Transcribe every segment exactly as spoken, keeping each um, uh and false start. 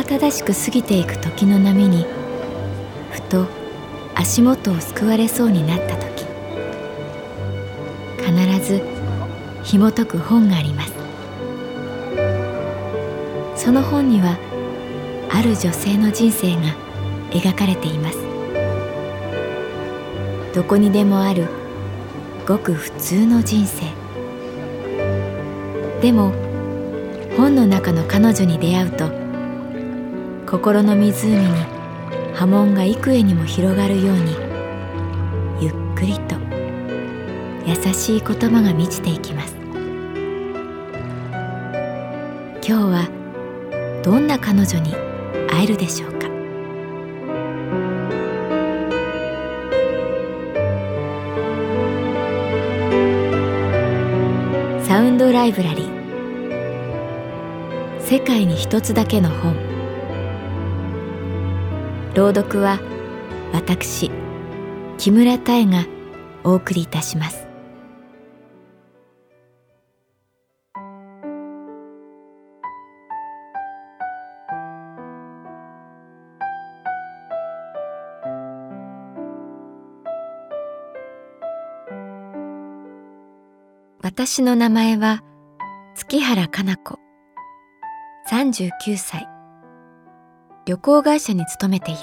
慌ただしく過ぎていく時の波にふと足元をすくわれそうになった時、必ず紐解く本があります。その本にはある女性の人生が描かれています。どこにでもあるごく普通の人生。でも本の中の彼女に出会うと、心の湖に波紋が幾重にも広がるように、ゆっくりと優しい言葉が満ちていきます。今日はどんな彼女に会えるでしょうか。サウンドライブラリー、世界に一つだけの本。朗読は私木村多江がお送りいたします。私の名前は月原かな子、さんじゅうきゅうさい、旅行会社に勤めている。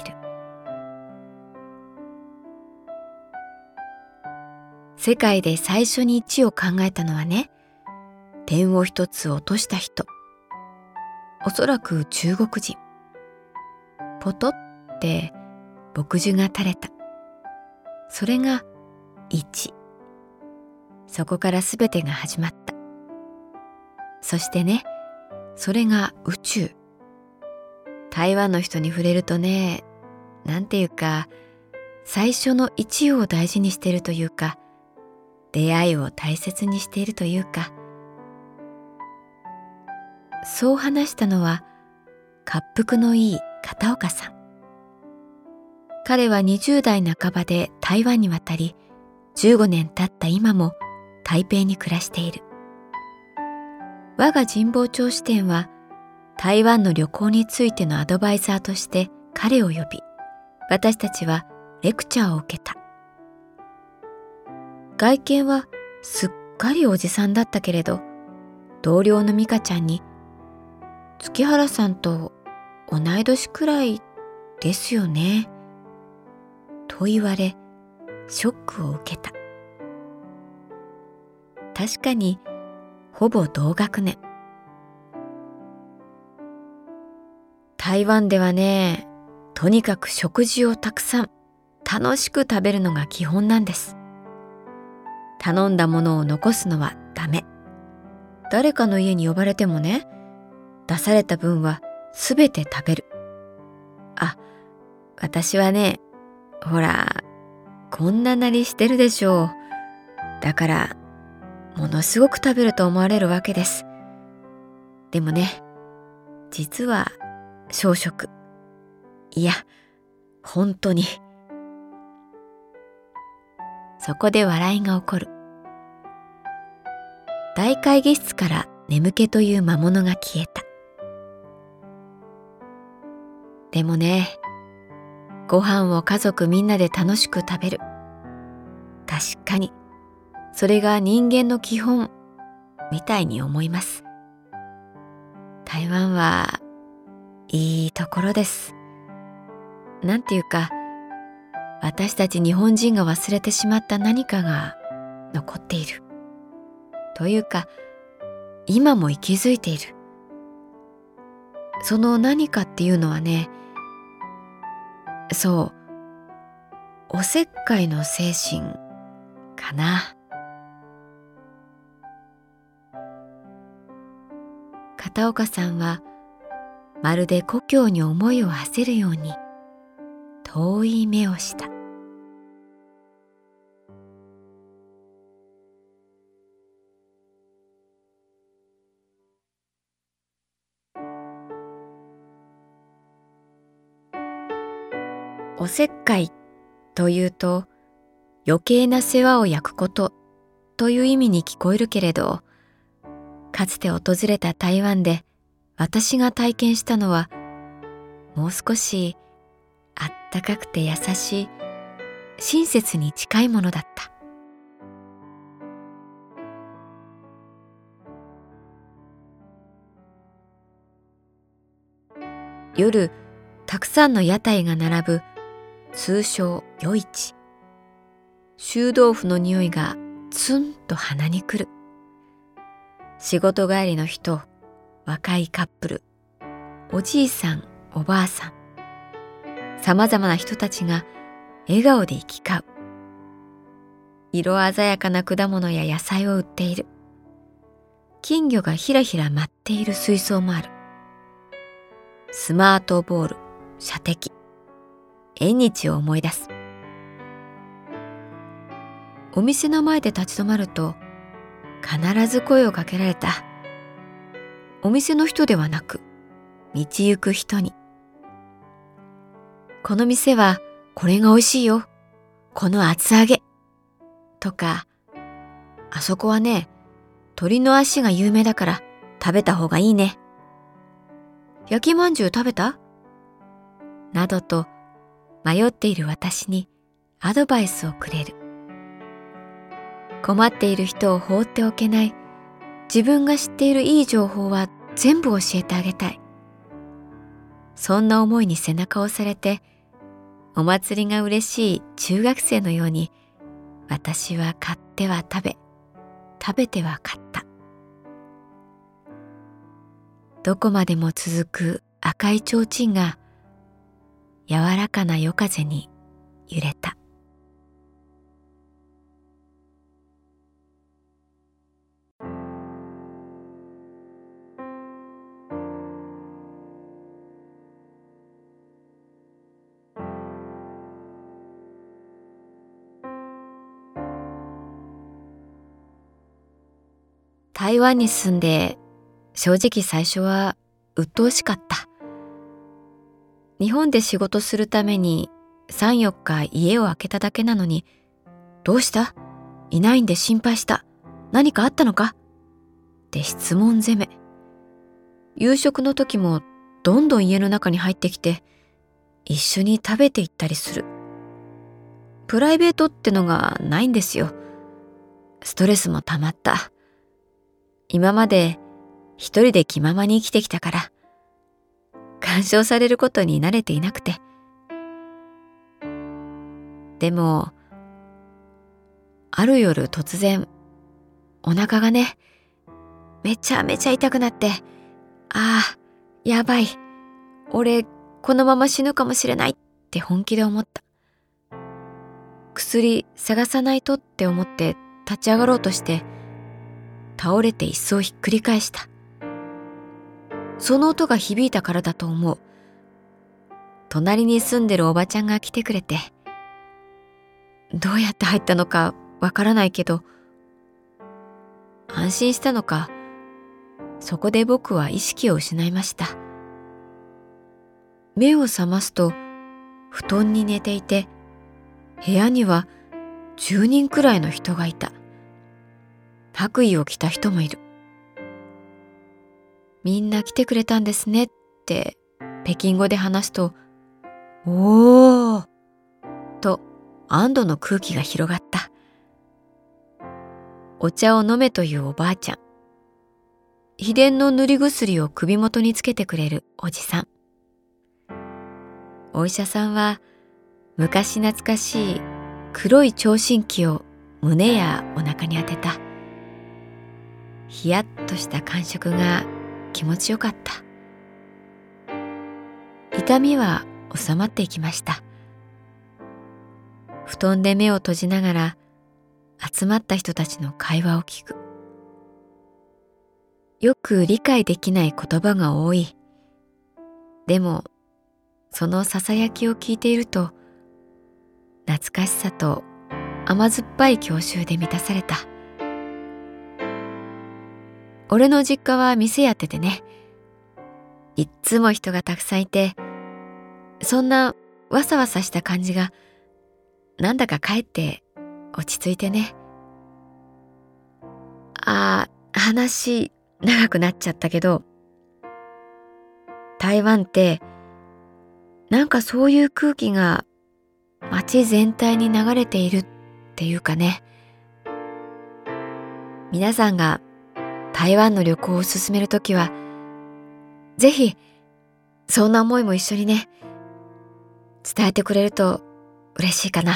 世界で最初に一を考えたのはね、点を一つ落とした人、おそらく中国人。ポトって墨汁が垂れた。それが一。そこからすべてが始まった。そしてね、それが宇宙。台湾の人に触れるとね、なんていうか、最初の一を大事にしているというか、出会いを大切にしているというか、そう話したのは、恰幅のいい片岡さん。彼はにじゅう代半ばで台湾に渡り、じゅうごねん経った今も台北に暮らしている。我が神保町支店は台湾の旅行についてのアドバイザーとして彼を呼び、私たちはレクチャーを受けた。外見はすっかりおじさんだったけれど、同僚の美香ちゃんに月原さんと同い年くらいですよねと言われ、ショックを受けた。確かにほぼ同学年。台湾ではね、とにかく食事をたくさん楽しく食べるのが基本なんです。頼んだものを残すのはダメ。誰かの家に呼ばれてもね、出された分はすべて食べる。あ、私はね、ほら、こんななりしてるでしょう。だからものすごく食べると思われるわけです。でもね、実は小食。いや、本当に。そこで笑いが起こる。大会議室から眠気という魔物が消えた。でもね、ご飯を家族みんなで楽しく食べる。確かに、それが人間の基本みたいに思います。台湾はいいところです。なんていうか、私たち日本人が忘れてしまった何かが残っている。というか、今も息づいている。その何かっていうのはね、そう、おせっかいの精神かな。片岡さんはまるで故郷に思いを馳せるように遠い目をした。おせっかいというと余計な世話を焼くことという意味に聞こえるけれど、かつて訪れた台湾で私が体験したのはもう少しあったかくて優しい、親切に近いものだった。夜、たくさんの屋台が並ぶ通称夜市。臭豆腐の匂いがツンと鼻にくる。仕事帰りの人、若いカップル、おじいさん、おばあさん、さまざまな人たちが笑顔で行き交う。色鮮やかな果物や野菜を売っている。金魚がひらひら舞っている水槽もある。スマートボール、射的、縁日を思い出す。お店の前で立ち止まると必ず声をかけられた。お店の人ではなく道行く人に。この店はこれが美味しいよ。この厚揚げ。とか、あそこはね、鳥の足が有名だから食べた方がいいね。焼きまんじゅう食べた？などと迷っている私にアドバイスをくれる。困っている人を放っておけない。自分が知っているいい情報は全部教えてあげたい。そんな思いに背中を押されて、お祭りが嬉しい中学生のように、私は買っては食べ、食べては買った。どこまでも続く赤い提灯が柔らかな夜風に揺れた。台湾に住んで正直最初は鬱陶しかった。日本で仕事するためにさん、よっか家を空けただけなのに、どうした？いないんで心配した。何かあったのか？って質問攻め。夕食の時もどんどん家の中に入ってきて、一緒に食べていったりする。プライベートってのがないんですよ。ストレスも溜まった。今まで一人で気ままに生きてきたから、干渉されることに慣れていなくて。でも、ある夜突然、お腹がね、めちゃめちゃ痛くなって、ああ、やばい。俺、このまま死ぬかもしれないって本気で思った。薬探さないとって思って立ち上がろうとして、倒れて椅子をひっくり返した。その音が響いたからだと思う。隣に住んでるおばちゃんが来てくれて、どうやって入ったのかわからないけど、安心したのか、そこで僕は意識を失いました。目を覚ますと布団に寝ていて、部屋にはじゅうにんくらいの人がいた。白衣を着た人もいる。みんな来てくれたんですねって北京語で話すと、おーと安堵の空気が広がった。お茶を飲めというおばあちゃん。秘伝の塗り薬を首元につけてくれるおじさん。お医者さんは昔懐かしい黒い聴診器を胸やお腹に当てた。ヒヤッとした感触が気持ちよかった。痛みは収まっていきました。布団で目を閉じながら集まった人たちの会話を聞く。よく理解できない言葉が多い。でもそのささやきを聞いていると、懐かしさと甘酸っぱい郷愁で満たされた。俺の実家は店やっててね、いっつも人がたくさんいて、そんなわさわさした感じがなんだかかえって落ち着いてね。あー、話長くなっちゃったけど、台湾ってなんかそういう空気が街全体に流れているっていうかね。皆さんが台湾の旅行を進めるときは、ぜひそんな思いも一緒にね、伝えてくれると嬉しいかな。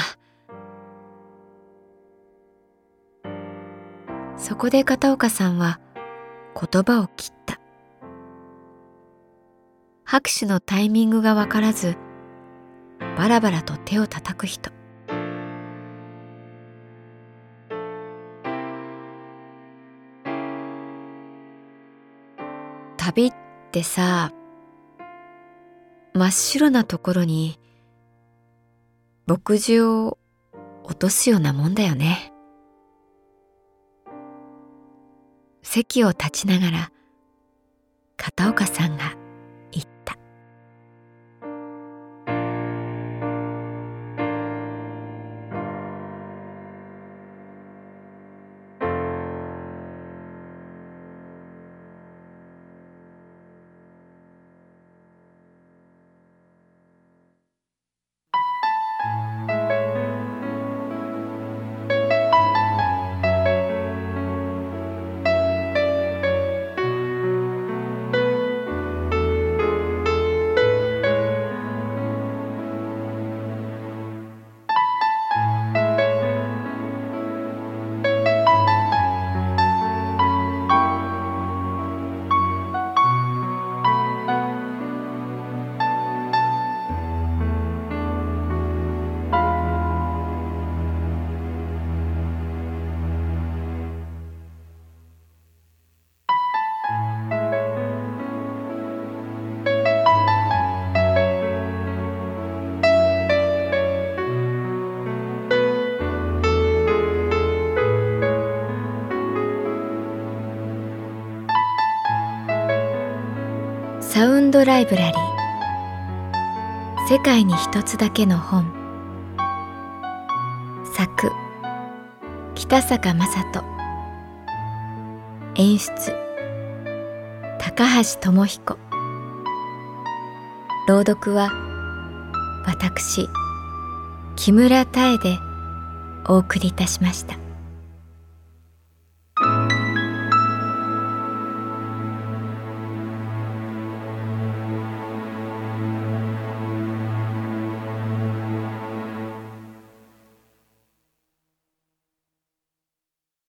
そこで片岡さんは言葉を切った。拍手のタイミングがわからず、バラバラと手を叩く人。旅ってさ、真っ白なところに墨汁を落とすようなもんだよね。席を立ちながら片岡さんが言った。サウンドライブラリー、世界に一つだけの本。作北坂雅人、演出高橋智彦、朗読は私木村多江でお送りいたしました。